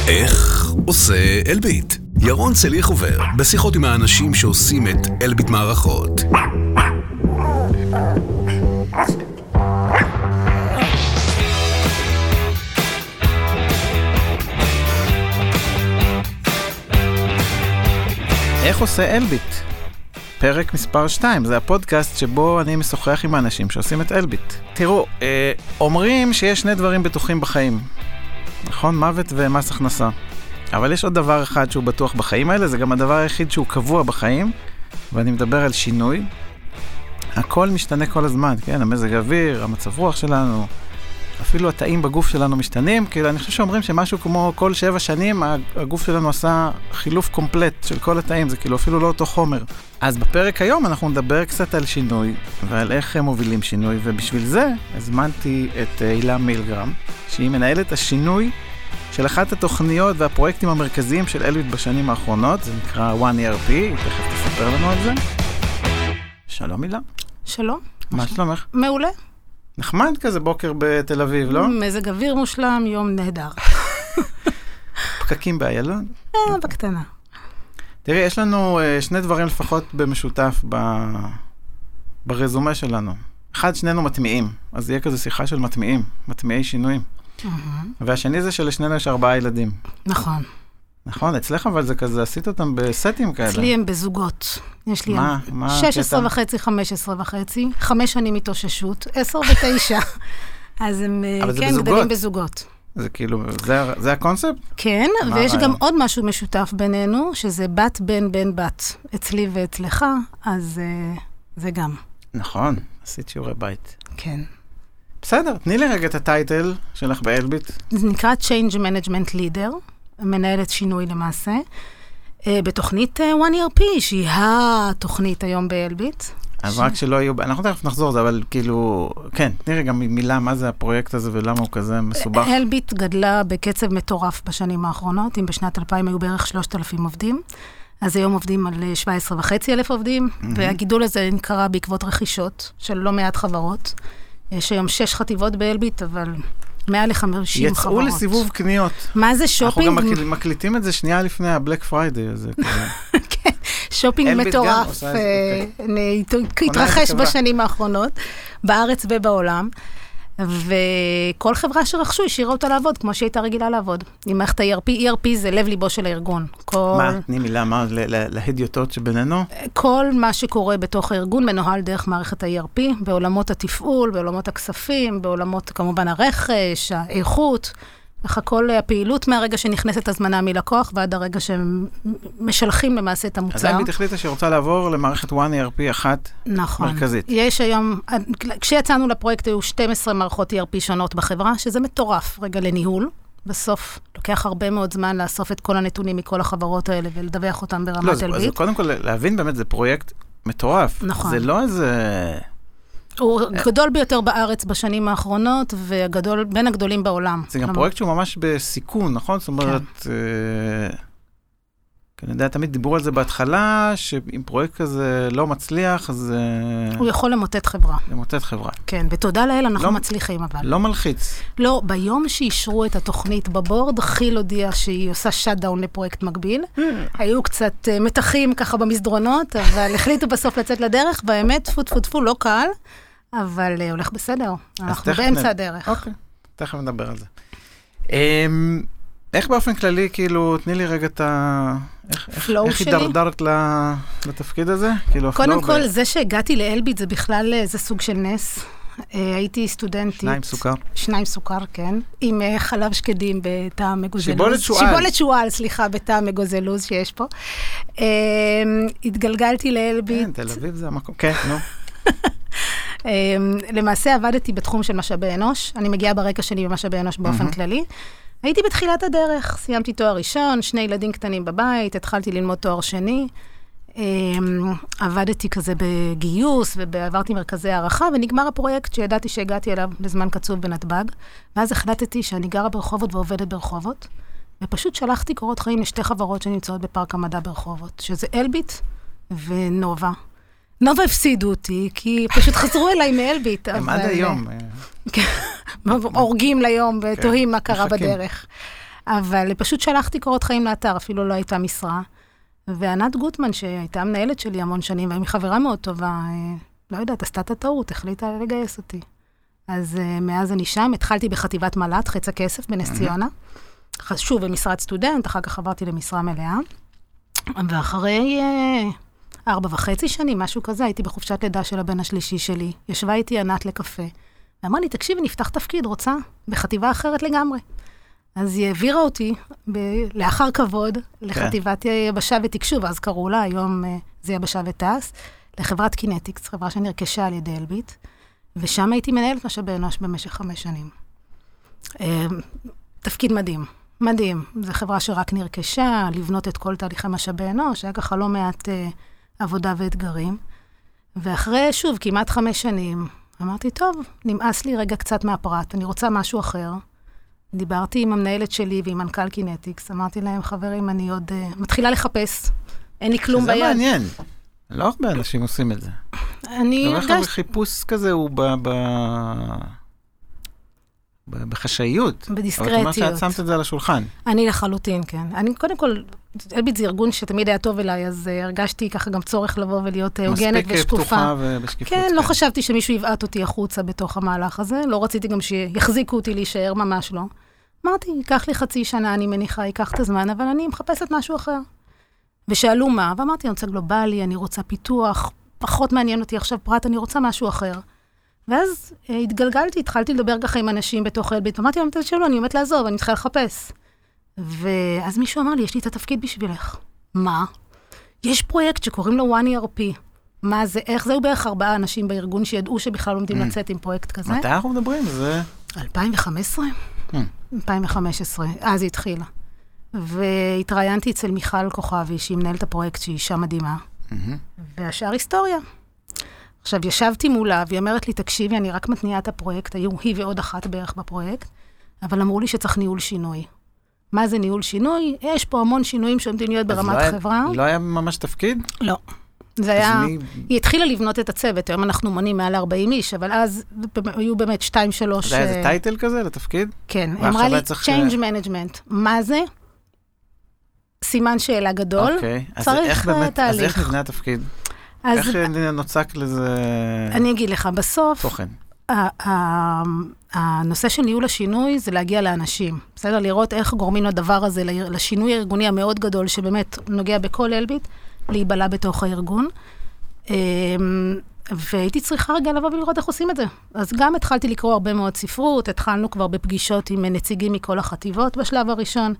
איך עושה אלביט? ירון צליח עובר בשיחות עם האנשים שעושים את אלביט מערכות. איך עושה אלביט? פרק מספר 2, זה הפודקאסט שבו אני משוחח עם האנשים שעושים את אלביט. תראו, אומרים שיש שני דברים בטוחים בחיים. נכון? מוות ומס הכנסה. אבל יש עוד דבר אחד שהוא בטוח בחיים האלה, זה גם הדבר היחיד שהוא קבוע בחיים, ואני מדבר על שינוי. הכל משתנה כל הזמן, כן? המזג האוויר, המצב רוח שלנו, אפילו התאים בגוף שלנו משתנים, כאילו אני חושב שאומרים שמשהו כמו כל 7 שנים, הגוף שלנו עשה חילוף קומפלט של כל התאים, זה כאילו אפילו לא אותו חומר. אז בפרק היום אנחנו נדבר קצת על שינוי, ועל איך הם מובילים שינוי, ובשביל זה הזמנתי את הילה מילגרם, שהיא מנהלת השינוי של אחת התוכניות והפרויקטים המרכזיים של אלביט בשנים האחרונות, זה נקרא OneERP, היא תכף תספר לנו על זה. שלום הילה. שלום. מה שלומך? מעולה. נחמד כזה בוקר בתל אביב, לא? מזג אוויר מושלם, יום נהדר. פקקים באיילון? בקטנה. תראי, יש לנו שני דברים לפחות במשותף ברזומה שלנו. אחד, שנינו מטמיעים, אז יהיה כזה שיחה של מטמיעי שינויים. והשני זה שלשנינו יש 4 ילדים. נכון. נכון, אצלך אבל זה כזה, עשית אותם בסטים כאלה. אצלי הם בזוגות. יש לי 16 וחצי, 15 וחצי, 5 שנים התאוששות, 10 ו9. אז הם כן גדלים בזוגות. זה כאילו, זה הקונספט? כן, ויש גם עוד משהו משותף בינינו, שזה בת בן בת. אצלי ואצלך, אז זה גם. נכון, עשית שיעורי בית. כן. בסדר, תני לי רגע את הטייטל שלך באלביט. זה נקרא Change Management Leader, מנהלת שינוי למעשה, בתוכנית OneERP, שהיא התוכנית היום באלביט. אז רק שלא יהיו, אנחנו תכף נחזור זה, אבל כאילו, כן, תני רגע מילה, מה זה הפרויקט הזה ולמה הוא כזה מסובך? אלביט גדלה בקצב מטורף בשנים האחרונות, אם בשנת 2000 היו בערך 3,000 עובדים, אז היום עובדים על 17,500 עובדים, והגידול הזה נקרא בעקבות רכישות של לא מעט חברות. יש היום 6 חטיבות באלביט, אבל מעל ל-50 חברות. יצאו לסיבוב קניות. מה זה שופינג? אנחנו גם מקליטים את זה שנייה לפני הבלק פריידי הזה. כן, שופינג מטורף. התרחש בשנים האחרונות, בארץ ובעולם. וכל חברה שרכשו השאירה אותה לעבוד, כמו שהיא הייתה רגילה לעבוד. עם מערכת ה-ERP, ERP זה לב ליבו של הארגון. מה? תני מילה, מה? להדיוטות שבינינו? כל מה שקורה בתוך הארגון מנוהל דרך מערכת ה-ERP, בעולמות התפעול, בעולמות הכספים, בעולמות כמובן הרכש, האיכות, וכך כל הפעילות מהרגע שנכנסת הזמנה מלקוח, ועד הרגע שמשלחים למעשה את המוצר. אז אלביט החליטה שרוצה לעבור למערכת OneERP אחת מרכזית. יש היום, כשיצאנו לפרויקט היו 12 מערכות ERP שונות בחברה, שזה מטורף רגע לניהול. בסוף לוקח הרבה מאוד זמן לאסוף את כל הנתונים מכל החברות האלה ולדווח אותם ברמת אלביט. אז קודם כל להבין באמת זה פרויקט מטורף. נכון. זה לא איזה... הוא גדול ביותר בארץ בשנים האחרונות, וגדול בין הגדולים בעולם. זה גם פרויקט שהוא ממש בסיכון, נכון? זאת אומרת, אני יודע, תמיד דיברו על זה בהתחלה, שאם פרויקט כזה לא מצליח, אז... הוא יכול למוטט חברה. למוטט חברה. כן, ותודה לאל אנחנו מצליחים, אבל... לא מלחיץ. לא, ביום שאישרו את התוכנית בבורד, חיל הודיע שהיא עושה שאט-דאון לפרויקט מקביל. היו קצת מתחים ככה במסדרונות, אבל החליטו בסוף לצאת לדרך, באמת, טפו, לא קל, אבל הולך בסדר. אנחנו באמצע הדרך. אוקיי, תכף נדבר על זה. איך באופן כללי, כאילו, תני לי רגע את ה... איך הידרדרת לתפקיד הזה? קודם כל, זה שהגעתי לאלביט זה בכלל איזה סוג של נס. הייתי סטודנטית. 2 סוכר. 2 סוכר, כן. עם חלב שקדים בטעם מגוזלוז. שיבולת שועל, סליחה, בטעם מגוזלוז שיש פה. התגלגלתי לאלביט. כן, תל אביב זה המקום. כן, נו. למעשה עבדתי בתחום של משאבי אנוש. אני מגיעה ברקע שלי במשאבי אנוש באופן כללי. הייתי בתחילת הדרך, סיימתי תואר ראשון, 2 ילדים קטנים בבית, התחלתי ללמוד תואר שני, עבדתי כזה בגיוס, ועברתי מרכזי הערכה, ונגמר הפרויקט שידעתי שהגעתי אליו לזמן קצוב בנתב"ג, ואז החלטתי שאני גרה ברחובות ועובדת ברחובות, ופשוט שלחתי קורות חיים ל2 חברות שנמצאות בפארק המדע ברחובות, שזה אלביט ונובה. נובה הפסידו אותי, כי פשוט חזרו אליי מאלביט. הם עד היום. הורגים ליום ותוהים מה קרה בדרך. אבל פשוט שלחתי קורות חיים לאתר, אפילו לא הייתה משרה. וענת גוטמן, שהייתה מנהלת שלי המון שנים, והיא חברה מאוד טובה, לא יודעת, עשתה את הטעות, החליטה לגייס אותי. אז מאז אני שם, התחלתי בחטיבת מל"ט, חץ הכסף בנס ציונה. שוב, במשרת סטודנט, אחר כך עברתי למשרה מלאה. ואחרי 4.5 שנים, משהו כזה, הייתי בחופשת לידה של הבן השלישי שלי. ישבה איתי ענת לקפה. ואמרה לי, תקשיבי, נפתח תפקיד, רוצה? בחטיבה אחרת לגמרי. אז היא העבירה אותי, לאחר כבוד, לחטיבת יבשה ותקשוב, אז קראו לה, היום זה יבשה וטס, לחברת קינטיקס, חברה שנרכשה על ידי אלביט, ושם הייתי מנהלת משאבי אנוש במשך 5 שנים. תפקיד מדהים, מדהים. זו חברה שרק נרכשה, לבנות את כל תהליכי משאבי אנוש, היה ככה לא מעט עבודה ואתגרים. ואחרי, שוב, כמעט 5 שנים, אמרתי, טוב, נמאס לי רגע קצת מהפרט, אני רוצה משהו אחר. דיברתי עם המנהלת שלי ועם מנכ"ל קינטיקס, אמרתי להם, חברים, אני עוד מתחילה לחפש, אין לי כלום ביד. שזה מעניין, לא הרבה אנשים עושים את זה. אני הרגשתי... לא חיפוש כזה הוא בחשאיות. בדיסקרטיות. אבל זאת אומרת שאת שמת את זה על השולחן. אני לחלוטין, כן. אני קודם כל, אלביט זה ארגון שתמיד היה טוב אליי, אז הרגשתי ככה גם צורך לבוא ולהיות הוגנת ושקופה. מספיק פתוחה ובשקיפות. כן, לא חשבתי שמישהו יבעט אותי החוצה בתוך המהלך הזה, לא רציתי גם שיחזיקו אותי להישאר, ממש לא. אמרתי, ייקח לי 0.5 שנה, אני מניחה, ייקח את הזמן, אבל אני מחפשת משהו אחר. ושאלו מה, ואמרתי, אני רוצה גלובלי, אני רוצה פיתוח, פחות מעניין אותי עכשיו פרט, אני רוצה משהו אחר. ואז התגלגלתי, התחלתי לדבר ככה עם אנשים בתוך אלביט, ואמרתי להם, תשאלו, אני עומדת לעזוב, אני צריכה לחפש. ואז מישהו אמר לי, יש לי את התפקיד בשבילך. מה? יש פרויקט שקוראים לו OneERP. מה זה? איך? זהו בערך 4 אנשים בארגון שידעו שבכלל עומדים לצאת עם פרויקט כזה. מתי אנחנו מדברים? זה... 2015? 2015. אז היא התחילה. והתראיינתי אצל מיכל כוכבי, שהיא מנהלת הפרויקט, שהיא אישה מדהימה. והשאר היסטוריה. עכשיו, ישבתי מולה, והיא אומרת לי, תקשיבי, אני רק מתניעה את הפרויקט, היו היא ועוד אחת בערך בפרויקט, אבל אמרו לי שצריך ניהול שינוי. מה זה ניהול שינוי? יש פה המון שינויים שעומדים להיות ברמת חברה. לא היה ממש תפקיד? לא. זה היה... היא התחילה לבנות את הצוות, היום אנחנו מונים מעל 40 איש, אבל אז היו באמת 2-3... זה היה איזה טייטל כזה לתפקיד? כן, היא אמרה לי, Change Management. מה זה? סימן שאלה גדול. אוקיי. צריך תהליך. אז איך נבנה התפקיד? איך נוצק לזה... אני אגיד לך, בסוף... תוכן. הנושא של ניהול השינוי זה להגיע לאנשים. בסדר? לראות איך גורמים לדבר הזה, לשינוי הארגוני המאוד גדול, שבאמת נוגע בכל אלביט, להיבלה בתוך הארגון. והייתי צריכה רגע לבוא ולראות איך עושים את זה. אז גם התחלתי לקרוא הרבה מאוד ספרות, התחלנו כבר בפגישות עם נציגים מכל החטיבות בשלב הראשון,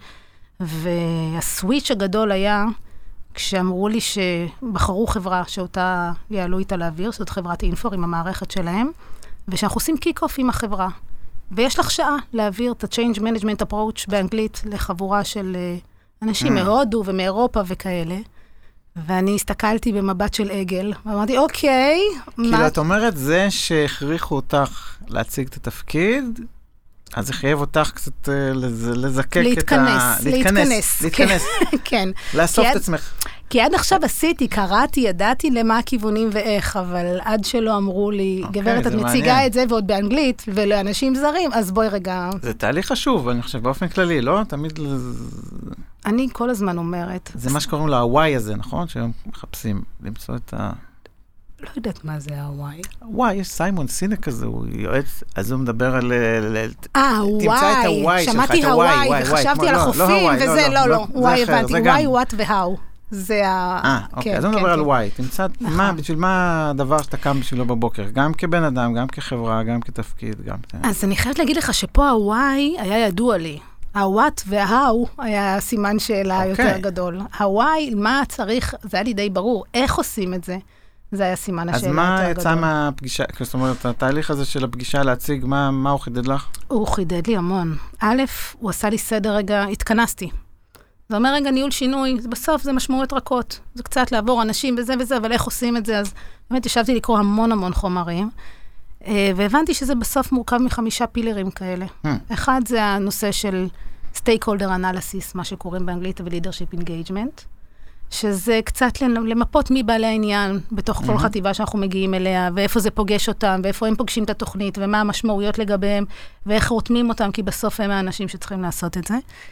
והסוויץ' הגדול היה... כשאמרו לי שבחרו חברה שאותה יעלו איתה לאוויר, זאת חברת אינפור עם המערכת שלהם, ושאנחנו עושים קיק-אוף עם החברה. ויש לך שעה להעביר את ה-Change Management Approach באנגלית לחבורה של אנשים מהודו ומאירופה וכאלה. ואני הסתכלתי במבט של עגל, ואמרתי, אוקיי, כאילו, את אומרת, זה שהכריחו אותך להציג את התפקיד, אז זה חייב אותך קצת לזקק את ה... להתכנס. כן. לאסוף את עצמך. כי עד עכשיו עשיתי, קראתי, ידעתי למה הכיוונים ואיך, אבל עד שלא אמרו לי, גברת, את מציגה את זה ועוד באנגלית, ולאנשים זרים, אז בואי רגע... זה תהליך חשוב, אני חושב, באופן כללי, לא? תמיד... אני כל הזמן אומרת... זה מה שקוראים לו ה-Y הזה, נכון? שהיום מחפשים למצוא את ה... לא יודעת מה זה ה-Y. וואי, יש סיימון סינק כזה, הוא יועץ, אז הוא מדבר על... תמצא את ה-Y שלך, שמעתי ה-Y, וחשבתי על החופים, וזה, לא, Y הבנתי, Y, what ו-how. זה ה... אוקיי, אז הוא מדבר על Y, תמצא, בשביל מה הדבר שאתה קם בשבילו בבוקר, גם כבן אדם, גם כחברה, גם כתפקיד, גם... אז אני חייבת להגיד לך שפה ה-Y היה ידוע לי. ה-what וה-how היה סימן שאלה יותר גדול. ה-Y, מה צריך, זה היה לי די ברור, איך עושים את זה? זה היה סימן השאלה יותר גדול. אז מה יצא מהפגישה, זאת אומרת, התהליך הזה של הפגישה להציג, מה הוא חידד לך? הוא חידד לי המון. א', הוא עשה לי סדר רגע, התכנסתי. זה אומר רגע ניהול שינוי, בסוף זה משמעויות רכות. זה קצת לעבור אנשים וזה וזה, אבל איך עושים את זה? אז באמת ישבתי לקרוא המון חומרים, והבנתי שזה בסוף מורכב מ5 פילרים כאלה. אחד זה הנושא של stakeholder analysis, מה שקוראים באנגלית, ו-leadership engagement. שזה קצת למפות מי בעלי העניין בתוך כל חטיבה שאנחנו מגיעים אליה, ואיפה זה פוגש אותם, ואיפה הם פוגשים את התוכנית, ומה המשמעויות לגביהם, ואיך רותמים אותם, כי בסוף הם האנשים שצריכים לעשות את זה.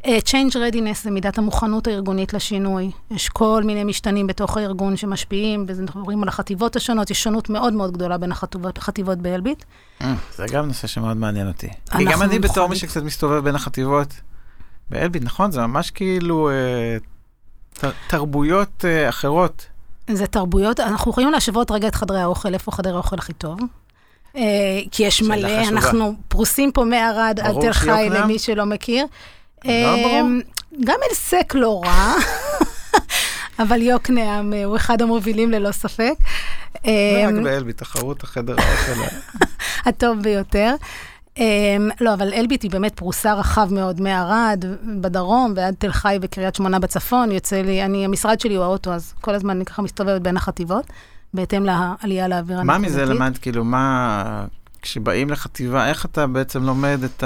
Change readiness זה מידת המוכנות הארגונית לשינוי. יש כל מיני משתנים בתוך הארגון שמשפיעים, ואנחנו רואים על החטיבות השונות, יש שונות מאוד מאוד גדולה בין החטיבות באלביט. זה גם נושא שמאוד מעניין אותי. כי גם אני בתור מי שקצת מסתובב בין החטיבות באלביט, נכון? זה ממש כאילו תרבויות אחרות. זה תרבויות, אנחנו יכולים להשוות רגע את חדרי האוכל, איפה חדר האוכל הכי טוב. כי יש מלא, אנחנו פרוסים פה מערד על תל חי למי שלא מכיר. גם אלסק לא רע, אבל יוקנעם הוא אחד המובילים ללא ספק. רק באלביט, תחרות החדר האוכל. הטוב ביותר. לא, אבל אלביט היא באמת פרוסה רחב מאוד מערד בדרום ועד תל חי וקריית שמונה בצפון. יוצא לי, המשרד שלי הוא האוטו, אז כל הזמן אני ככה מסתובבת בין החטיבות, בהתאם לעלייה לאוויר הנקודתית. מה מזה למד, כאילו, כשבאים לחטיבה, איך אתה בעצם לומד את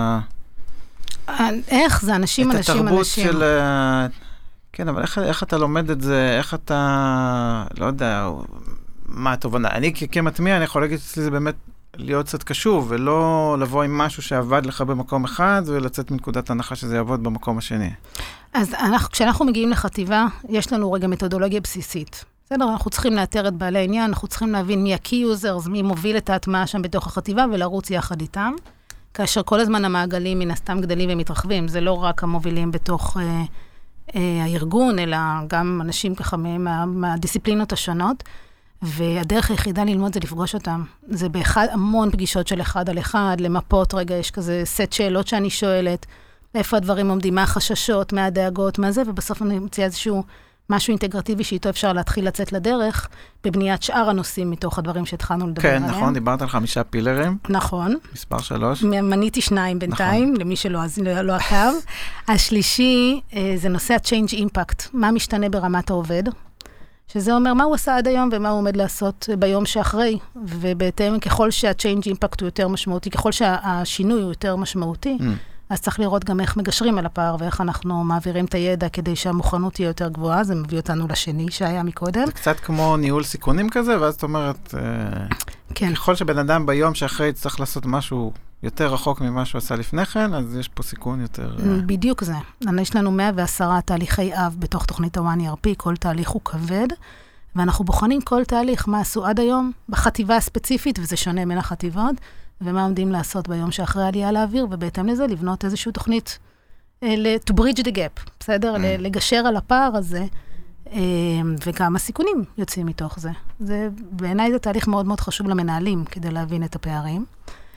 איך זה אנשים. את התרבות של... כן, אבל איך אתה לומד את זה, איך אתה... לא יודע, מה התובנה? אני כמטמיע, אני יכול להגיד אצלי זה באמת להיות קצת קשוב, ולא לבוא עם משהו שעבד לך במקום אחד, ולצאת מנקודת הנחה שזה יעבוד במקום השני. אז כשאנחנו מגיעים לחטיבה, יש לנו רגע מתודולוגיה בסיסית. בסדר, אנחנו צריכים לאתר את בעלי העניין, אנחנו צריכים להבין מי ה-key users, מי מוביל את ההטמעה שם בתוך החטיבה, ולרוץ יחד איתם. כאשר כל הזמן המעגלים מן הסתם גדלים ומתרחבים, זה לא רק המובילים בתוך הארגון, אלא גם אנשים ככה מהדיסציפלינות השונות, והדרך היחידה ללמוד זה לפגוש אותם. זה המון פגישות של אחד על אחד, למפות, רגע, יש כזה סט שאלות שאני שואלת, איפה הדברים עומדים, מה החששות, מה הדאגות, מה זה, ובסוף אני מציעה איזשהו משהו אינטגרטיבי שאיתו אפשר להתחיל לצאת לדרך, בבניית שאר הנושאים מתוך הדברים שהתחלנו לדבר עליהם. כן, נכון, דיברת על 5 פילרים. נכון. מספר 3. מניתי 2 בינתיים, נכון. למי שלא עקב. השלישי, זה נושא ה-change impact, מה משתנה ברמת העובד, שזה אומר מה הוא עשה עד היום ומה הוא עומד לעשות ביום שאחרי, ובהתאם ככל שה-change impact הוא יותר משמעותי, ככל שהשינוי הוא יותר משמעותי, אז צריך לראות גם איך מגשרים על הפער, ואיך אנחנו מעבירים את הידע כדי שהמוכנות תהיה יותר גבוהה. זה מביא אותנו לשני שהיה מקודם. זה קצת כמו ניהול סיכונים כזה, ואז את אומרת, כן. ככל שבן אדם ביום שאחרי צריך לעשות משהו יותר רחוק ממה שהוא עשה לפני כן, אז יש פה סיכון יותר... בדיוק זה. יש לנו 110 תהליכי אב בתוך תוכנית ה-One ERP, כל תהליך הוא כבד, ואנחנו בוחנים כל תהליך, מה עשו עד היום, בחטיבה הספציפית, וזה שונה בין החטיבות, ומה עומדים לעשות ביום שאחרי העלייה לאוויר, ובהתאם לזה לבנות איזושהי תוכנית to bridge the gap, בסדר? לגשר על הפער הזה, וגם הסיכונים יוצאים מתוך זה. בעיניי זה תהליך מאוד מאוד חשוב למנהלים, כדי להבין את הפערים.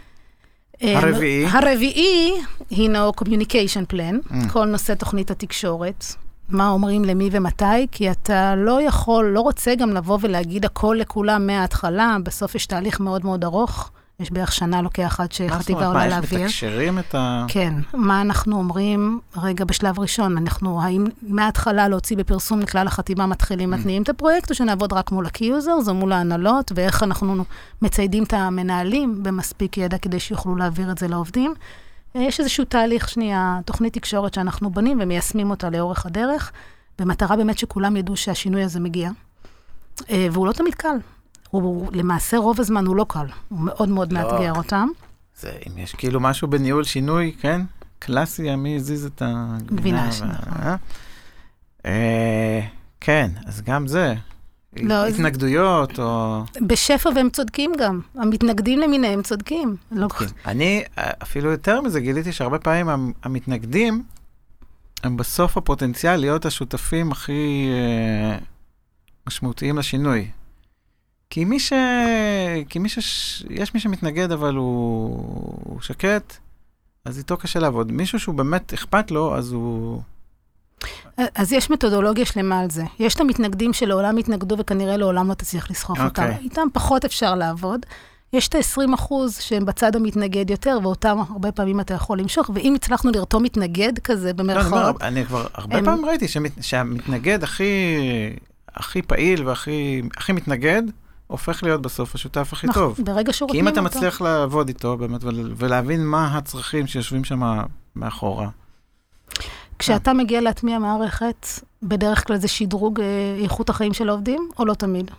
הרביעי הינו communication plan, כל נושא תוכנית התקשורת, מה אומרים למי ומתי, כי אתה לא יכול, לא רוצה גם לבוא ולהגיד הכל לכולם מההתחלה, בסוף יש תהליך מאוד מאוד ארוך, יש בערך שנה לוקח עד שחטיבה עולה לאוויר. מה, יש מתקשרים את ה... כן, מה אנחנו אומרים, רגע בשלב ראשון, האם מההתחלה להוציא בפרסום לכלל החטיבה מתניעים את הפרויקט, או שנעבוד רק מול ה-key-users, או מול ההנהלות, ואיך אנחנו מציידים את המנהלים במספיק ידע, כדי שיוכלו להעביר את זה לעובדים. יש איזשהו תהליך שנייה, תוכנית תקשורת שאנחנו בונים, ומיישמים אותה לאורך הדרך, במטרה באמת שכולם ידעו שהשינוי הזה מגיע. והוא לא תמיד קל. הוא למעשה רוב הזמן הוא לא קל, הוא מאוד מאוד מאתגר אותם. זה, אם יש כאילו משהו בניהול שינוי, כן? קלאסי, מי הזיז את הגבינה. כן, אז גם זה. התנגדויות או... בשפע והם צודקים גם. המתנגדים למיניהם צודקים. אני, אפילו יותר מזה, גיליתי שהרבה פעמים המתנגדים, הם בסוף הפוטנציאל להיות השותפים הכי משמעותיים לשינוי. כי יש מי שמתנגד, אבל הוא שקט, אז איתו קשה לעבוד. מישהו שהוא באמת אכפת לו, אז הוא... אז יש מתודולוגיה שלמה על זה. יש את המתנגדים שלעולם התנגדו, וכנראה לעולם לא תצליח לסחוף אותם. איתם פחות אפשר לעבוד. יש את ה-20% שהם בצד המתנגד יותר, ואותם הרבה פעמים אתה יכול למשוך, ואם הצלחנו לרתום מתנגד כזה במרכאות... אני כבר הרבה פעמים ראיתי שהמתנגד הכי פעיל והכי מתנגד, הופך להיות בסוף השותף הכי טוב. ברגע שרותמים אותו. כי אם אתה מצליח לעבוד איתו באמת, ולהבין מה הצרכים שיושבים שם מאחורה. כשאתה מגיע להטמיע מערכת, בדרך כלל זה שדרוג איכות החיים של העובדים, או לא תמיד?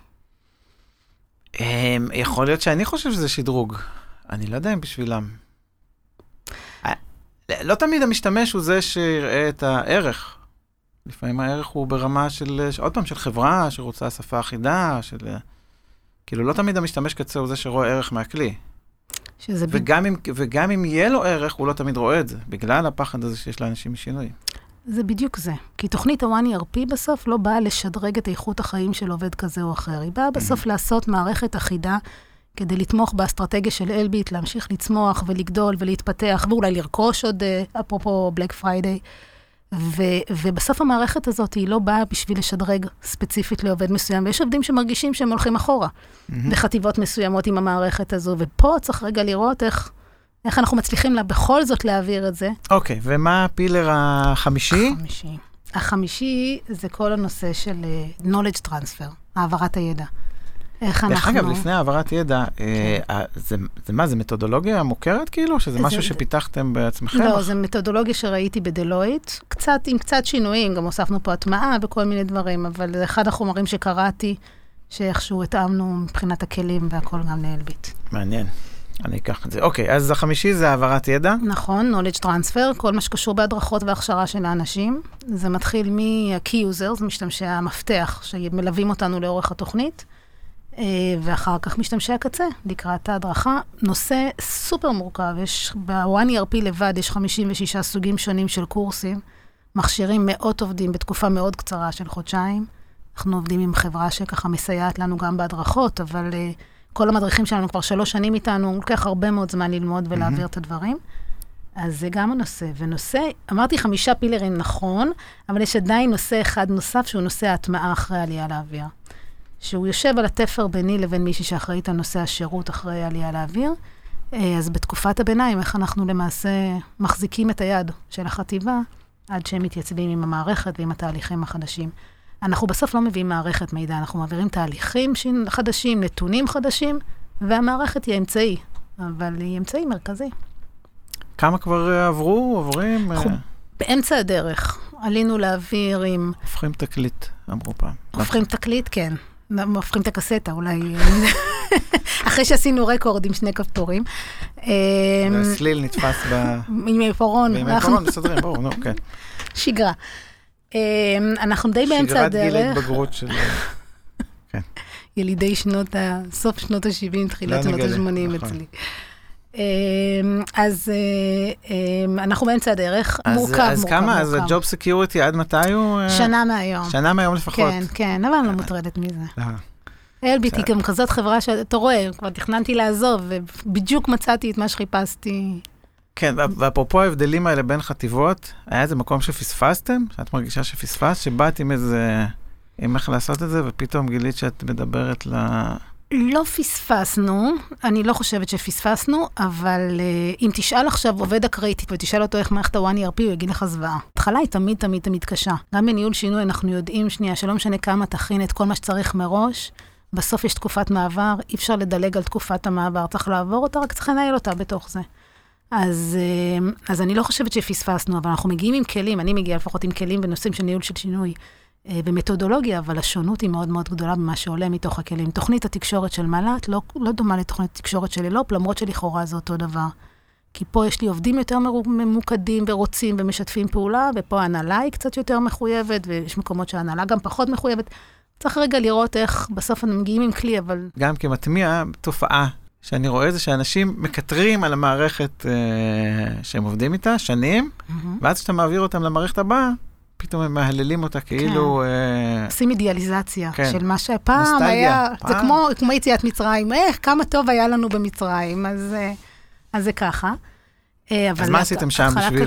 יכול להיות שאני חושב שזה שדרוג. אני לא יודע אם בשבילם. לא תמיד המשתמש הוא זה שיראה את הערך. לפעמים הערך הוא ברמה של, עוד פעם, של חברה, שרוצה שפה אחידה, של... כאילו, לא תמיד המשתמש קצה הוא זה שרואה ערך מהכלי. וגם אם יהיה לו ערך, הוא לא תמיד רואה את זה, בגלל הפחד הזה שיש לאנשים משינוי. זה בדיוק זה. כי תוכנית ה-One ERP בסוף לא באה לשדרג את איכות החיים של עובד כזה או אחר. היא באה בסוף לעשות מערכת אחידה, כדי לתמוך באסטרטגיה של אלביט, להמשיך לצמוח ולגדול ולהתפתח, ואולי לרכוש עוד, אפרופו בלק פריידיי. ובסוף המערכת הזאת היא לא באה בשביל לשדרג ספציפית לעובד מסוים, ויש עובדים שמרגישים שהם הולכים אחורה, בחטיבות מסוימות עם המערכת הזו, ופה צריך רגע לראות איך אנחנו מצליחים בכל זאת להעביר את זה. אוקיי, ומה הפילר החמישי? החמישי זה כל הנושא של knowledge transfer, העברת הידע. דרך אגב, לפני העברת ידע, זה מה, זה מתודולוגיה מוכרת כאילו? שזה משהו שפיתחתם בעצמכם? לא, זה מתודולוגיה שראיתי בדלויט, עם קצת שינויים, גם הוספנו פה הטמעה וכל מיני דברים, אבל זה אחד החומרים שקראתי, שאיכשהו התאמנו מבחינת הכלים והכל גם לאלביט. מעניין. אני אקח את זה. אוקיי, אז החמישי זה העברת ידע? נכון, knowledge transfer, כל מה שקשור בהדרכות והכשרה של האנשים. זה מתחיל מ-key users, משתמשי המפתח, שמלווים אותנו לאורך התוכנית, ואחר כך משתמשי הקצה, לקראת ההדרכה. נושא סופר מורכב, ב-One ERP לבד יש 56 סוגים שונים של קורסים, מכשירים מאות עובדים בתקופה מאוד קצרה של חודשיים. אנחנו עובדים עם חברה שככה מסייעת לנו גם בהדרכות, אבל כל המדריכים שלנו כבר 3 שנים איתנו, לוקח הרבה מאוד זמן ללמוד ולהעביר את הדברים. אז זה גם הנושא. ונושא, אמרתי 5 פילרים נכון, אבל יש עדיין נושא אחד נוסף, שהוא נושא ההטמעה אחרי עלייה לאוויר. שהוא יושב על התפר ביני לבין מישהי שאחראית על נושא השירות אחרי עלייה לאוויר. אז בתקופת הביניים, איך אנחנו למעשה מחזיקים את היד של החטיבה, עד שהם מתייצבים עם המערכת ועם התהליכים החדשים. אנחנו בסוף לא מביאים מערכת מידע, אנחנו מעבירים תהליכים חדשים, נתונים חדשים, והמערכת היא אמצעי, אבל היא אמצעי מרכזי. כמה כבר עוברים? באמצע הדרך. עלינו להעביר עם... הופכים תקליט, אמרו פעם. הופכים תקליט, כן. הופכים את הקסטה, אולי... אחרי שעשינו רקורד עם 2 כפתורים. הסליל נתפס עם עיפרון. עם עיפרון, מסדרים, ברור, נו, כן. שגרה. אנחנו די באמצע הדרך. שגרת גיל ההתבגרות של... כן. ילידי סוף שנות ה-70, תחילת שנות ה-80 אצלי. אז אנחנו באמצע הדרך, מורכב. אז כמה? אז ה-Job Security עד מתי הוא? שנה מהיום. שנה מהיום לפחות. כן, כן, אבל אני לא מוטרדת מזה. אלביט היא גם כזאת חברה שאתה רואה, כבר תכננתי לעזוב, ובדיוק מצאתי את מה שחיפשתי. כן, ואפרופו ההבדלים האלה בין חטיבות, היה איזה מקום שפספסתם? שאת מרגישה שפספסת? שבאת עם איזה... עם איך לעשות את זה, ופתאום גילית שאת מדברת לא פספסנו, אני לא חושבת שפספסנו, אבל אם תשאל עכשיו עובד הקריטית, ותשאל אותו איך מערכת ה-One ERP, הוא יגיד לך זוועה. התחלה היא תמיד קשה. גם בניהול שינוי אנחנו יודעים שנייה, שלא משנה כמה תכין את כל מה שצריך מראש, בסוף יש תקופת מעבר, אי אפשר לדלג על תקופת המעבר, צריך לעבור אותה, רק צריך לנהל אותה בתוך זה. אז אני לא חושבת שפספסנו, אבל אנחנו מגיעים עם כלים, אני מגיעה לפחות עם כלים בנושאים של ניהול של שינוי, במתודולוגיה, אבל השונות היא מאוד מאוד גדולה במה שעולה מתוך הכלים. תוכנית התקשורת של מל"ט לא דומה לתוכנית התקשורת של אלופ, למרות שלכאורה זה אותו דבר. כי פה יש לי עובדים יותר ממוקדים ורוצים ומשתפים פעולה, ופה ההנהלה היא קצת יותר מחויבת, ויש מקומות שההנהלה גם פחות מחויבת. צריך רגע לראות איך בסוף אנחנו מגיעים עם כלי, אבל... גם כמטמיע תופעה שאני רואה זה שאנשים מקטרים על המערכת שהם עובדים איתה שנים, ואז כשאתה מעביר אותם למערכת הבאה, פתאום הם מהללים אותה כאילו... עושים אידיאליזציה של מה שפעם היה... זה כמו יציאת מצרים. כמה טוב היה לנו במצרים. אז זה ככה. אז מה עשיתם שם בשביל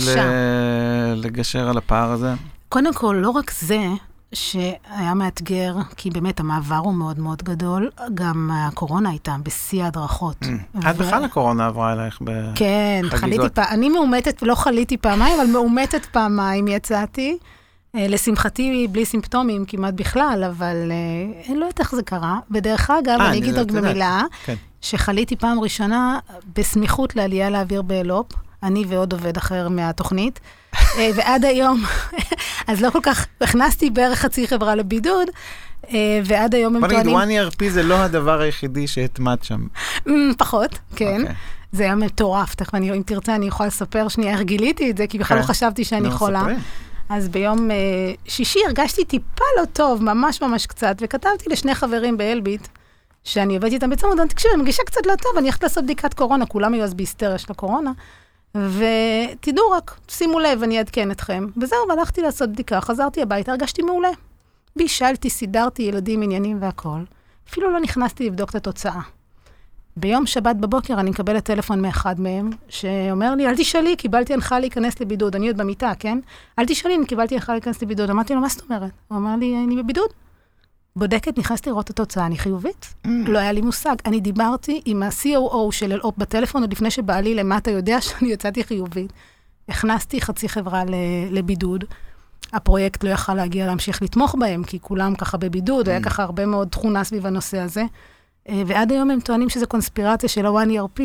לגשר על הפער הזה? קודם כל, לא רק זה שהיה מאתגר, כי באמת המעבר הוא מאוד מאוד גדול, גם הקורונה הייתה בשיא ההדרכות. את בכלל הקורונה עברה אלייך בחגיגות. כן, חליתי פעם. אני מאומתת, לא חליתי פעמיים, אבל מאומתת פעמיים יצאתי. לשמחתי, בלי סימפטומים כמעט בכלל, אבל אין לו את איך זה קרה. בדרך אגב, אני אגיד רק במילה, שחליתי פעם ראשונה בסמיכות לעלייה לאוויר באלופ, אני ועוד עובד אחר מהתוכנית, ועד היום, אז לא כל כך, הכנסתי בערך חצי חברה לבידוד, ועד היום הם טוענים... בוא נגיד, One ERP זה לא הדבר היחידי שהתמד שם. פחות, כן. זה היה מטורף, תכף אם תרצה אני יכולה לספר שנייה איך גיליתי את זה, כי בכלל לא חשבתי שאני חולה. אז ביום שישי הרגשתי טיפה לא טוב, ממש ממש קצת, וכתבתי לשני חברים באלביט, שאני עובדת איתם בצמוד, אני תקשיב, אני מרגישה קצת לא טוב, אני הולכת לעשות בדיקת קורונה, כולם היו אז בהיסטריה של הקורונה, ותדעו רק, שימו לב, אני אעדכן אתכם. וזהו, והלכתי לעשות בדיקה, חזרתי הביתה, הרגשתי מעולה. בישלתי, סידרתי ילדים, עניינים והכל. אפילו לא נכנסתי לבדוק את התוצאה. ביום שבת בבוקר אני מקבלת טלפון מאחד מהם, שאומר לי, אל תשאלי, קיבלתי הנחה להיכנס לבידוד. אני עוד במיטה, כן? אל תשאלי, אני קיבלתי הנחה להיכנס לבידוד. אמרתי לו, מה זאת אומרת? הוא אמר לי, אני בבידוד. בודקת, נכנסתי לראות את התוצאה, אני חיובית. לא היה לי מושג. אני דיברתי עם ה-COO של אלאופ בטלפון, עוד לפני שבעלי למטה יודע שאני יצאתי חיובית. הכנסתי חצי חברה לבידוד. הפרויקט לא יכל להגיע להמשיך לתמוך בהם, כי כולם ככה בבידוד, היה ככה הרבה מאוד תכונה סביב הנושא הזה. ועד היום הם טוענים שזה קונספירציה של ה-1ERP,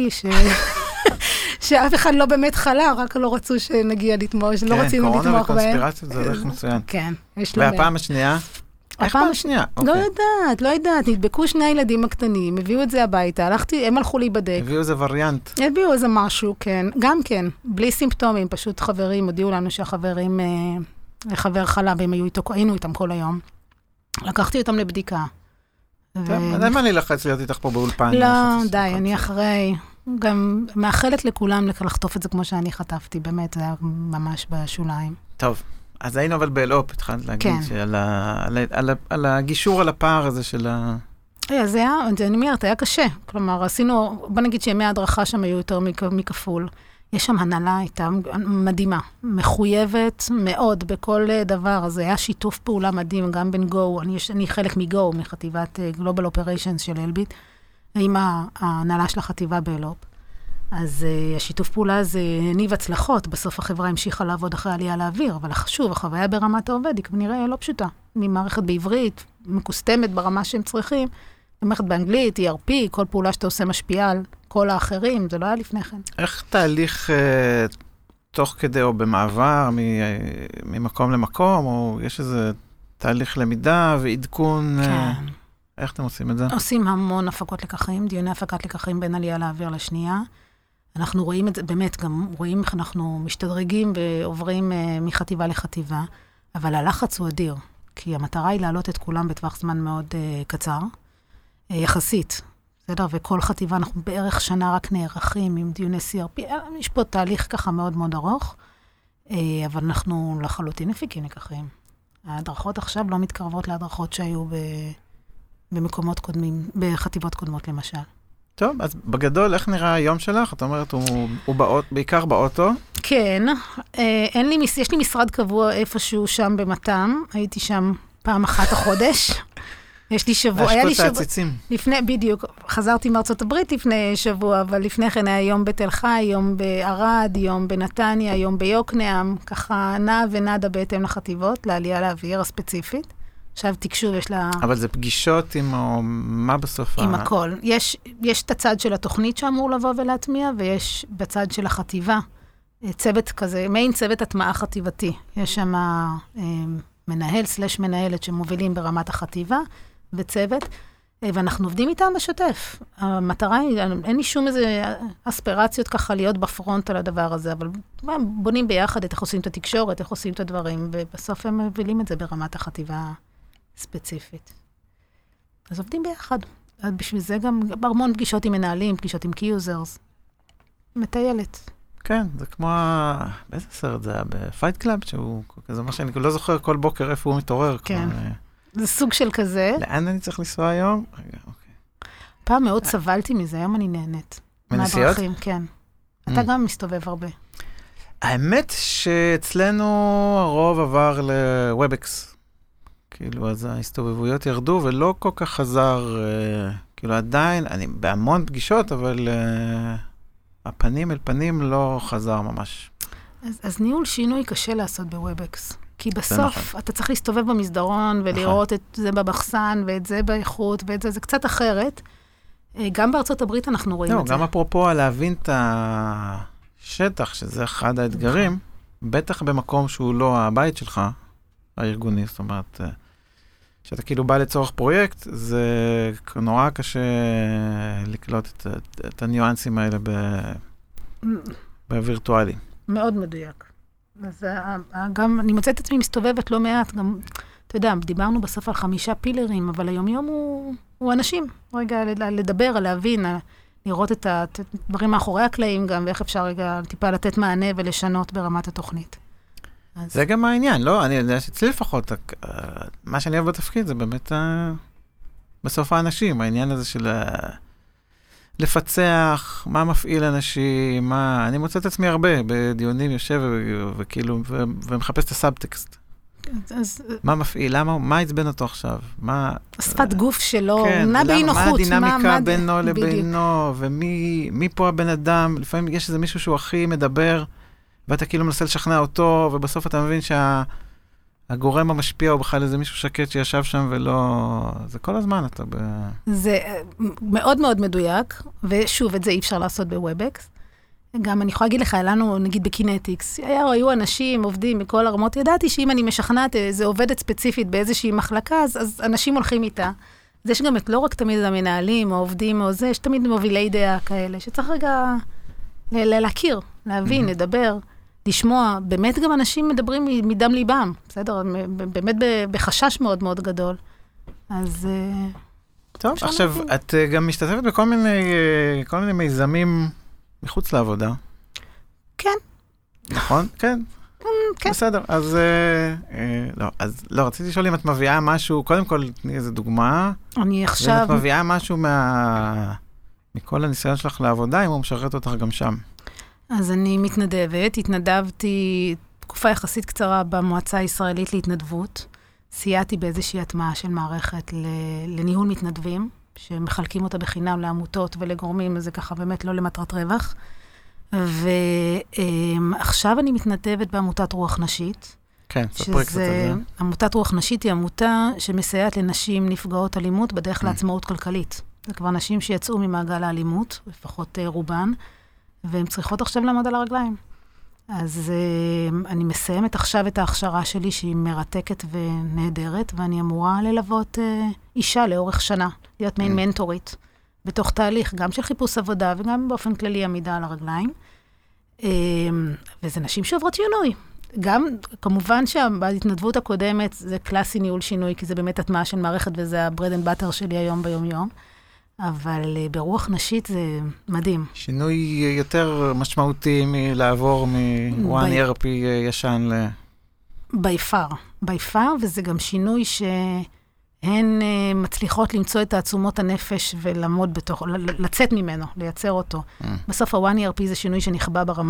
שאף אחד לא באמת חלה, רק לא רצו שנגיע לתמוך, שלא רצינו לתמוך בהם. קורונה וקונספירציה זה הולך מצוין. כן, יש לו בהם. והפעם השנייה? הפעם השנייה? לא יודעת, נדבקו שני הילדים הקטנים, הביאו את זה הביתה, הם הלכו להיבדק. הביאו איזה וריאנט. הביאו איזה משהו, כן. גם כן, בלי סימפטומים, פשוט חברים, הודיעו לנו שהחברים, חבר חלה, והם היינו איתם כל היום. לקחתי אותם לבדיקה. טוב, אין מה לי לחץ להיות איתך פה באולפן. לא, די, אני אחרי, גם מאחלת לכולם לחטוף את זה כמו שאני חטפתי, באמת, זה היה ממש בשוליים. טוב, אז היינו אבל באלאופ, התחלת להגיד על הגישור על הפער הזה של ה... זה היה, אני אומרת, היה קשה. כלומר, עשינו, בוא נגיד שימי ההדרכה שם היו יותר מכפול. יש שם הנהלה, הייתה מדהימה, מחויבת מאוד בכל דבר, אז היה שיתוף פעולה מדהים, גם בין גו, אני חלק מגו, מחטיבת Global Operations של אלביט, עם ההנהלה של החטיבה באלאופ. אז השיתוף פעולה הזה הניב הצלחות, בסוף החברה המשיכה לעבוד אחרי עלייה לאוויר, אבל שוב, החוויה ברמת העובד היא כנראה לא פשוטה. ממערכת בעברית, מקוסטמת ברמה שהם צריכים, מערכת באנגלית, ERP, כל פעולה שאתה עושה משפיעה על כל האחרים, זה לא היה לפני כן. איך תהליך תוך כדי או במעבר ממקום למקום, או יש איזה תהליך למידה ועדכון? כן. איך אתם עושים את זה? עושים המון הפקות לקחים, דיוני הפקת לקחים בין עלייה לאוויר לשנייה. אנחנו רואים את זה, באמת, גם רואים איך אנחנו משתדרגים ועוברים מחטיבה לחטיבה, אבל הלחץ הוא אדיר, כי המטרה היא להעלות את כולם בטווח זמן מאוד קצר, יחסית. בסדר, וכל חטיבה אנחנו בערך שנה רק נערכים עם דיוני CRP, יש פה תהליך ככה מאוד מאוד ארוך, אבל אנחנו לחלוטין מפיקים לקחים. ההדרכות עכשיו לא מתקרבות להדרכות שהיו במקומות קודמים, בחטיבות קודמות למשל. טוב, אז בגדול, איך נראה היום שלך? את אומרת, הוא בעיקר באוטו? כן, יש לי משרד קבוע איפשהו שם במתם, הייתי שם פעם אחת החודש. יש לי שבוע, היה לי שבוע, לפני, בדיוק, חזרתי מארצות הברית לפני שבוע, אבל לפני כן היה יום בתל חי, יום בערד, יום בנתניה, יום ביוקנעם, ככה נע ונדה בהתאם לחטיבות, לעלייה לאוויר הספציפית. עכשיו תקשוב, יש לה... אבל זה פגישות עם מה בסוף? עם הכל. יש את הצד של התוכנית שאמור לבוא ולהטמיע, ויש בצד של החטיבה, צוות כזה, מעין צוות הטמעה חטיבתי. יש שם מנהלת שמובילים ברמת החטיבה, וצוות, ואנחנו עובדים איתם בשותף. המטרה היא, אין לי שום איזה אספירציות ככה להיות בפרונט על הדבר הזה, אבל בונים ביחד איך עושים את התקשורת, איך עושים את הדברים, ובסוף הם מובילים את זה ברמת החטיבה ספציפית. אז עובדים ביחד. אז בשביל זה גם המון פגישות עם מנהלים, פגישות עם קיוזרס. מטיילת. כן, זה כמו, באיזה סרט זה היה? בפייט קלאב, שהוא כזה מה שאני לא זוכר כל בוקר איפה הוא מתעורר. כן. זה סוג של כזה. לאן אני צריך לנסוע היום? רגע, אוקיי. פעם מאוד סבלתי מזה, היום אני נהנית. מנסיעות? כן. אתה גם מסתובב הרבה. האמת שאצלנו הרוב עבר לוובקס. כאילו, אז ההסתובבויות ירדו, ולא כל כך חזר, כאילו עדיין, אני בהמון פגישות, אבל הפנים אל פנים לא חזר ממש. אז ניהול שינוי קשה לעשות בוובקס. כי בסוף אתה צריך להסתובב במסדרון ולראות את זה בבחסן ואת זה באיכות ואת זה, זה קצת אחרת. גם בארצות הברית אנחנו רואים את זה. גם אפרופו להבין את השטח, שזה אחד האתגרים, בטח במקום שהוא לא הבית שלך, הארגוני, זאת אומרת, כשאתה כאילו בא לצורך פרויקט, זה נורא קשה לקלוט את הניואנסים האלה בווירטואלי. מאוד מדויק. אז גם, אני מוצאת את עצמי מסתובבת לא מעט, גם, אתה יודע, דיברנו בסוף על 5 פילרים, אבל היום הוא אנשים. רגע, לדבר, להבין, לראות את הדברים מאחורי הקלעים גם, ואיך אפשר רגע טיפה לתת מענה ולשנות ברמת התוכנית. זה גם העניין, לא? אני יודע שאצלי לפחות, מה שאני אוהב בתפקיד זה באמת בסוף האנשים, העניין הזה של לפצח, מה מפעיל אנשים, אני מוצא את עצמי הרבה בדיונים, יושב וכאילו, ומחפש את הסאבטקסט. מה מפעיל, מה יצבן אותו עכשיו? שפת גוף שלו, מה באי-נוחות? מה הדינמיקה בינו לבינו, ומי פה הבן אדם, לפעמים יש איזה מישהו שהוא הכי מדבר, ואתה כאילו מנסה לשכנע אותו, ובסוף אתה מבין שהגורם המשפיע הוא בכלל איזה מישהו שקט שישב שם ולא... זה כל הזמן אתה זה מאוד מאוד מדויק, ושוב, את זה אי אפשר לעשות בוובקס. גם אני יכולה להגיד לך, לנו נגיד בקינטיקס, היו אנשים עובדים מכל הרמות, ידעתי שאם אני משכנעת איזו עובדת ספציפית באיזושהי מחלקה, אז אנשים הולכים איתה. אז יש גם לא רק תמיד המנהלים או עובדים או זה, יש תמיד מובילי דעה כאלה, שצריך רגע להכיר, להבין, לדבר. לשמוע, באמת גם אנשים מדברים מדם ליבם, בסדר? באמת בחשש מאוד מאוד גדול. אז... טוב, עכשיו, את גם משתתפת בכל מיני מיזמים מחוץ לעבודה. כן. נכון? כן. כן. בסדר, אז לא, רציתי לשאול אם את מביאה משהו, קודם כל, תני איזה דוגמה. אני עכשיו... אם את מביאה משהו מכל הניסיון שלך לעבודה, אם הוא משרת אותך גם שם. אז אני מתנדבת, התנדבתי תקופה יחסית קצרה במועצה הישראלית להתנדבות. סייעתי באיזושהי הטמעה של מערכת לניהול מתנדבים, שמחלקים אותה בחינם לעמותות ולגורמים, אז זה ככה באמת לא למטרת רווח. ועכשיו אני מתנדבת בעמותת רוח נשית. כן, ספרי קצת על זה. עמותת רוח נשית היא עמותה שמסייעת לנשים נפגעות אלימות בדרך לעצמאות כלכלית. זה כבר נשים שיצאו ממעגל האלימות, לפחות רובן. והן צריכות עכשיו לעמוד על הרגליים. אז אני מסיימת עכשיו את ההכשרה שלי, שהיא מרתקת ונהדרת, ואני אמורה ללוות אישה לאורך שנה, להיות מעין מנטורית, בתוך תהליך, גם של חיפוש עבודה, וגם באופן כללי עמידה על הרגליים. וזה נשים שעוברות שינוי. גם, כמובן שבהתנדבות הקודמת, זה קלאסי ניהול שינוי, כי זה באמת הטמעה של מערכת, וזה הברד אנד באטר שלי היום ביום-יום. אבל ברוח נשית זה מדהים. שינוי יותר משמעותי מלעבור מ-one ERP ישן ל... ביפר, וזה גם שינוי שהן מצליחות למצוא את תעצומות הנפש ולעמוד בתוך, לצאת ממנו, לייצר אותו. בסוף ה-one ERP זה שינוי שנכפה ברמה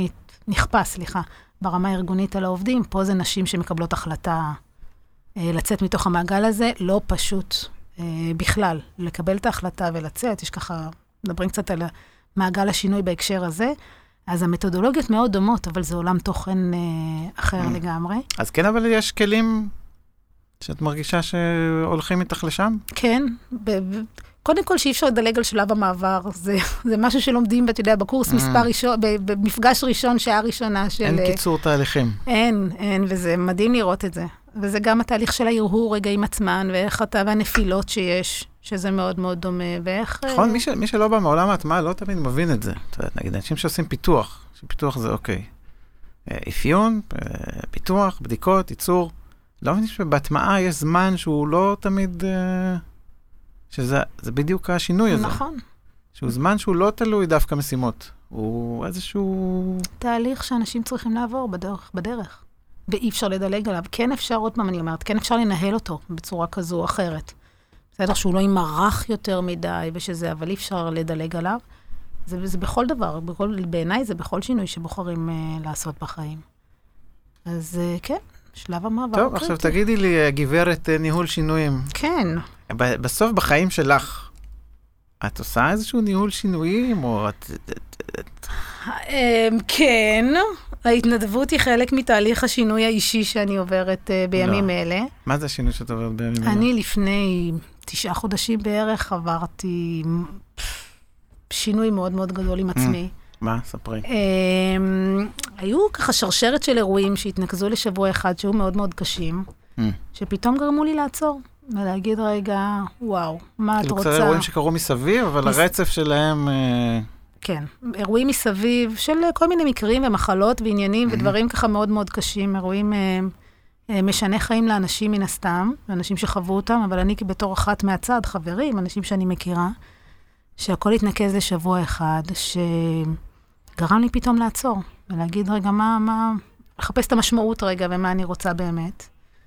הארגונית על העובדים. פה זה נשים שמקבלות החלטה לצאת מתוך המעגל הזה, לא פשוט. בכלל, לקבל את ההחלטה ולצאת, יש ככה, מדברים קצת על מעגל השינוי בהקשר הזה, אז המתודולוגיות מאוד דומות, אבל זה עולם תוכן אחר לגמרי. אז כן, אבל יש כלים שאת מרגישה שהולכים איתך לשם? כן, קודם כל שאי אפשר לדלג על שלב המעבר, זה משהו שלומדים, אתה יודע, בקורס מספר ראשון, במפגש ראשון, שעה ראשונה של... אין קיצור תהליכים. אין, וזה מדהים לראות את זה. וזה גם התהליך של ההרהור רגע עם עצמן, ואיך אתה והנפילות שיש, שזה מאוד מאוד דומה, ואיך... נכון, מי שלא בא מעולם ההטמעה לא תמיד מבין את זה. נגיד, אנשים שעושים פיתוח, שפיתוח זה אוקיי. אפיון, פיתוח, בדיקות, ייצור. לא מבין שבהטמעה יש זמן שהוא לא תמיד... שזה בדיוק השינוי הזה. נכון. שהוא זמן שהוא לא תלוי דווקא משימות. הוא איזשהו... תהליך שאנשים צריכים לעבור בדרך. ואי אפשר לדלג עליו. כן אפשר, עוד פעם אני אומרת, כן אפשר לנהל אותו בצורה כזו או אחרת. בסדר שהוא לא ימרח יותר מדי ושזה, אבל אי אפשר לדלג עליו. זה בכל דבר, בעיניי זה בכל שינוי שבוחרים לעשות בחיים. אז כן, שלב המעבר. טוב, עכשיו תגידי לי, גברת ניהול שינויים. כן. בסוף בחיים שלך, את עושה איזשהו ניהול שינויים, או את... כן, ההתנדבות היא חלק מתהליך השינוי האישי שאני עוברת בימים אלה. מה זה השינוי שאת עוברת בימים אלה? אני לפני 9 חודשים בערך עברתי שינוי מאוד מאוד גדול עם עצמי. מה? ספרי. היו ככה שרשרת של אירועים שהתנקזו לשבוע אחד, שהיו מאוד מאוד קשים, שפתאום גרמו לי לעצור ולהגיד רגע, וואו, מה את רוצה? כאילו קצת אירועים שקרו מסביב, אבל הרצף שלהם... כן, אירועים מסביב של כל מיני מקרים ומחלות ועניינים ודברים ככה מאוד מאוד קשים, אירועים משנה חיים לאנשים מן הסתם, לאנשים שחוו אותם, אבל אני בתור אחת מהצד, חברים, אנשים שאני מכירה, שהכל התנקז לשבוע אחד, שגרם לי פתאום לעצור, ולהגיד רגע לחפש את המשמעות רגע ומה אני רוצה באמת.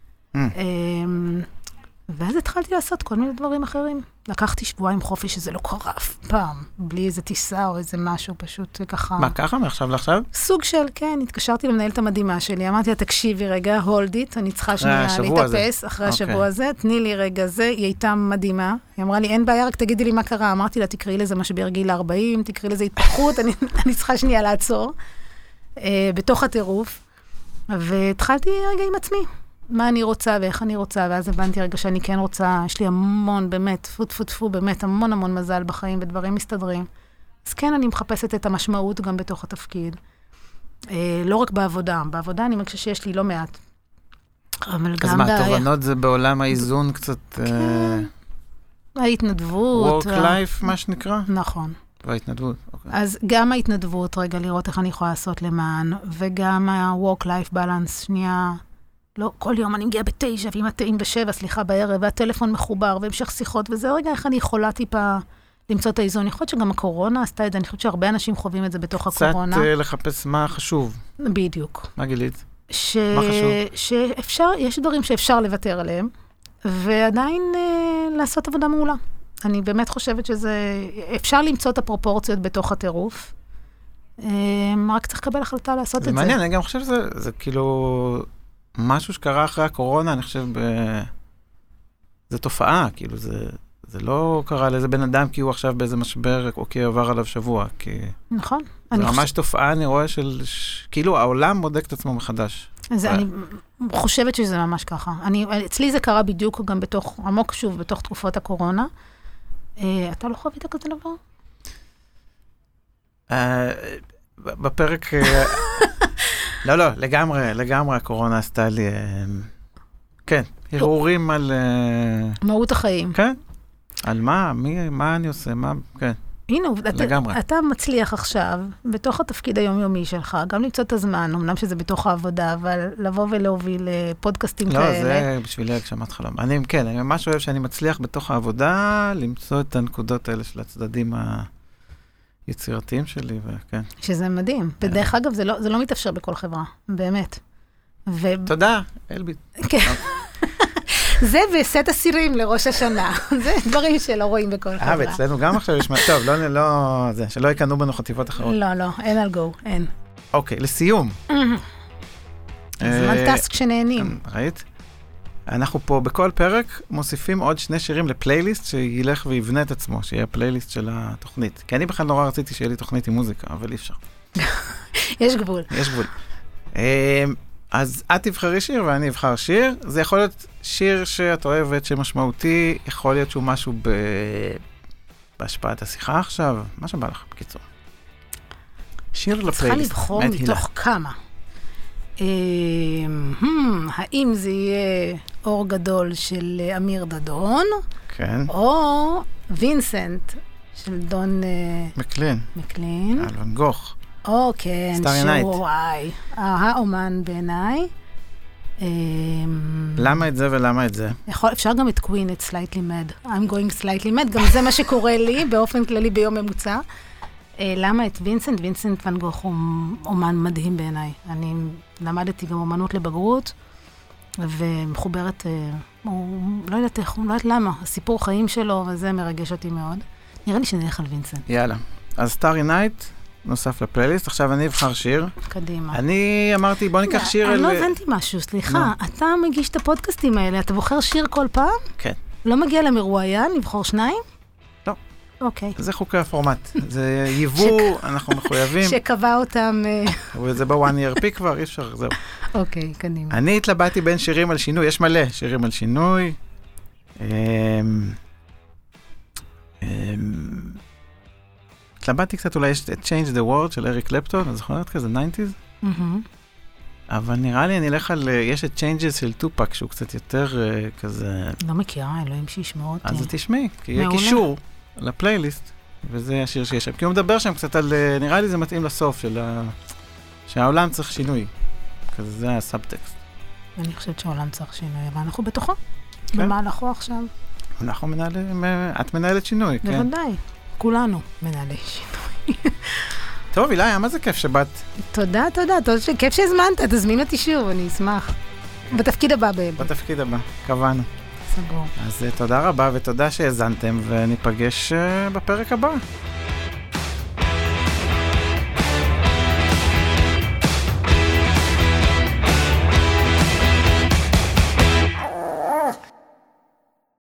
ואז התחלתי לעשות כל מיני דברים אחרים. לקחתי שבועיים חופש שזה לא קרה אף פעם, בלי איזה טיסה או איזה משהו, פשוט ככה... מה, ככה מעכשיו לעכשיו? סוג של, כן, התקשרתי למנהלת המדהימה שלי, אמרתי לה, תקשיבי רגע, hold it, אני צריכה שנייה להתאפס אחרי השבוע הזה, תני לי רגע זה, היא הייתה מדהימה, היא אמרה לי, אין בעיה, רק תגידי לי מה קרה, אמרתי לה, תקראי לזה משבר גיל 40, תקראי לזה התפתחות, אני צריכה שנייה לעצור, בתוך הטירוף, והתחלתי רגע עם עצמי. מה אני רוצה ואיך אני רוצה, ואז הבנתי רגע שאני כן רוצה, יש לי המון, באמת, טפו, באמת, המון מזל בחיים, ודברים מסתדרים. אז כן, אני מחפשת את המשמעות גם בתוך התפקיד. לא רק בעבודה, בעבודה אני מרגישה שיש לי לא מעט. אבל אז מה, תובנות זה בעולם האיזון קצת... כן, ההתנדבות. work-life, מה שנקרא? נכון. וההתנדבות, אוקיי. אז גם ההתנדבות, רגע, לראות איך אני יכולה לעשות למען, וגם ה-work-life balance, שנייה... לא, כל יום אני מגיעה ב9, ואם ב7, סליחה, בערב, והטלפון מחובר, והמשך שיחות, וזה רגע איך אני יכולה טיפה למצוא את האיזון. אני חושבת שגם הקורונה עשתה את זה, אני חושבת שהרבה אנשים חווים את זה בתוך הקורונה. קצת לחפש מה חשוב. בדיוק. מה גילית? מה חשוב? שאפשר, יש דברים שאפשר לוותר עליהם, ועדיין לעשות עבודה מעולה. אני באמת חושבת שזה, אפשר למצוא את הפרופורציות בתוך הטירוף, רק צריך לקבל החלטה לעשות את זה. זה מעניין, אני גם חושב שזה כאילו... משהו שקרה אחרי הקורונה, אני חושב, זה תופעה, כאילו, זה לא קרה לאיזה בן אדם, כי הוא עכשיו באיזה משבר, או כי עבר עליו שבוע, כי... נכון. זה ממש תופעה, אני רואה כאילו, העולם בודק את עצמו מחדש. אז אני חושבת שזה ממש ככה. אצלי זה קרה בדיוק גם בתוך, עמוק שוב, בתוך תקופות הקורונה. אתה לא חווית כזה דבר? בפרק... לא, לגמרי הקורונה עשתה לי, כן, הרהורים על... מהות החיים. כן, על מה אני עושה, כן. הנה, אתה מצליח עכשיו, בתוך התפקיד היומיומי שלך, גם למצוא את הזמן, אמנם שזה בתוך העבודה, אבל לבוא ולהוביל פודקאסטים כאלה. לא, זה בשבילי הגשמת חלום. אני ממש אוהב שאני מצליח בתוך העבודה, למצוא את הנקודות האלה של הצדדים יצירתיים שלי, וכן. שזה מדהים. ודרך אגב, זה לא מתאפשר בכל חברה, באמת. תודה, אלביט. כן. זה וסט הסירים לראש השנה. זה דברים שלא רואים בכל חברה. ואצלנו גם עכשיו יש... טוב, לא, זה, שלא יקנו בנו חטיבות אחרות. לא, אין על גו, אין. אוקיי, לסיום. זמן טס כשנהנים. ראית? אנחנו פה בכל פרק מוסיפים עוד 2 שירים לפלייליסט שילך ויבנה את עצמו, שיהיה פלייליסט של התוכנית. כי אני בכלל נורא רציתי שיהיה לי תוכנית עם מוזיקה, אבל אי אפשר. יש גבול. יש גבול. אז את תבחרי שיר ואני אבחר שיר. זה יכול להיות שיר שאת אוהבת, שמשמעותי, יכול להיות שהוא משהו בהשפעת השיחה עכשיו, מה שבא לך בקיצור. שיר לפלייליסט. צריכה לבחור מתוך כמה. האם זה יהיה אור גדול של אמיר דדון, כן. או וינסנט של דון מקלין. על ואן גוך. או כן, שהוא האומן בעיניי. למה את זה ולמה את זה? אפשר גם את קווין, את סלייטלי מד. I'm going slightly mad, גם זה מה שקורה לי באופן כללי ביום ממוצע. למה את וינסנט? וינסנט ואן גוך הוא אומן מדהים בעיניי. אני למדתי גם אומנות לבגרות, ומחוברת, לא יודעת למה, הסיפור חיים שלו, וזה מרגש אותי מאוד. נראה לי שנלך על וינסנט. יאללה. אז סטארי נייט, נוסף לפלייליסט. עכשיו אני אבחר שיר. קדימה. אני אמרתי, בוא ניקח שיר... אני לא הבנתי משהו, סליחה. אתה מגיש את הפודקאסטים האלה, אתה בוחר שיר כל פעם? כן. לא מגיע למרואיין, לבחור 2? לא. אוקיי. זה חוקי הפורמט. זה ייבוא, אנחנו מחויבים. שקבע אותם... וזה בוואן ERP כבר, אי אפשר, זהו. אוקיי, קדימה. אני התלבטתי בין שירים על שינוי, יש מלא שירים על שינוי. התלבטתי קצת, אולי יש Change the World של אריק קלפטון, אז זוכרת כזה 90s? אבל נראה לי אני אלך על, יש את Changes של טופק, שהוא קצת יותר כזה... לא מכירה, אלוהים שישמעו אותי. אז תשמעי, כי יהיה קישור לפלייליסט, וזה השיר שיש שם. כי הוא מדבר שם קצת על, נראה לי זה מתאים לסוף של שהעולם צריך שינוי. כזה זה הסאבטקסט. אני חושבת שהעולם צריך שינוי, אבל אנחנו בתוכו. במהלכו עכשיו. אנחנו מנהלים, את מנהלת שינוי, כן? בוודאי, כולנו מנהלי שינוי. טוב, אילי, מה זה כיף שבאת? תודה, כיף שהזמנת, תזמין אותי שוב, אני אשמח. בתפקיד הבא באמת. בתפקיד הבא, קבענו. סגור. אז תודה רבה ותודה שהאזנתם, וניפגש בפרק הבא.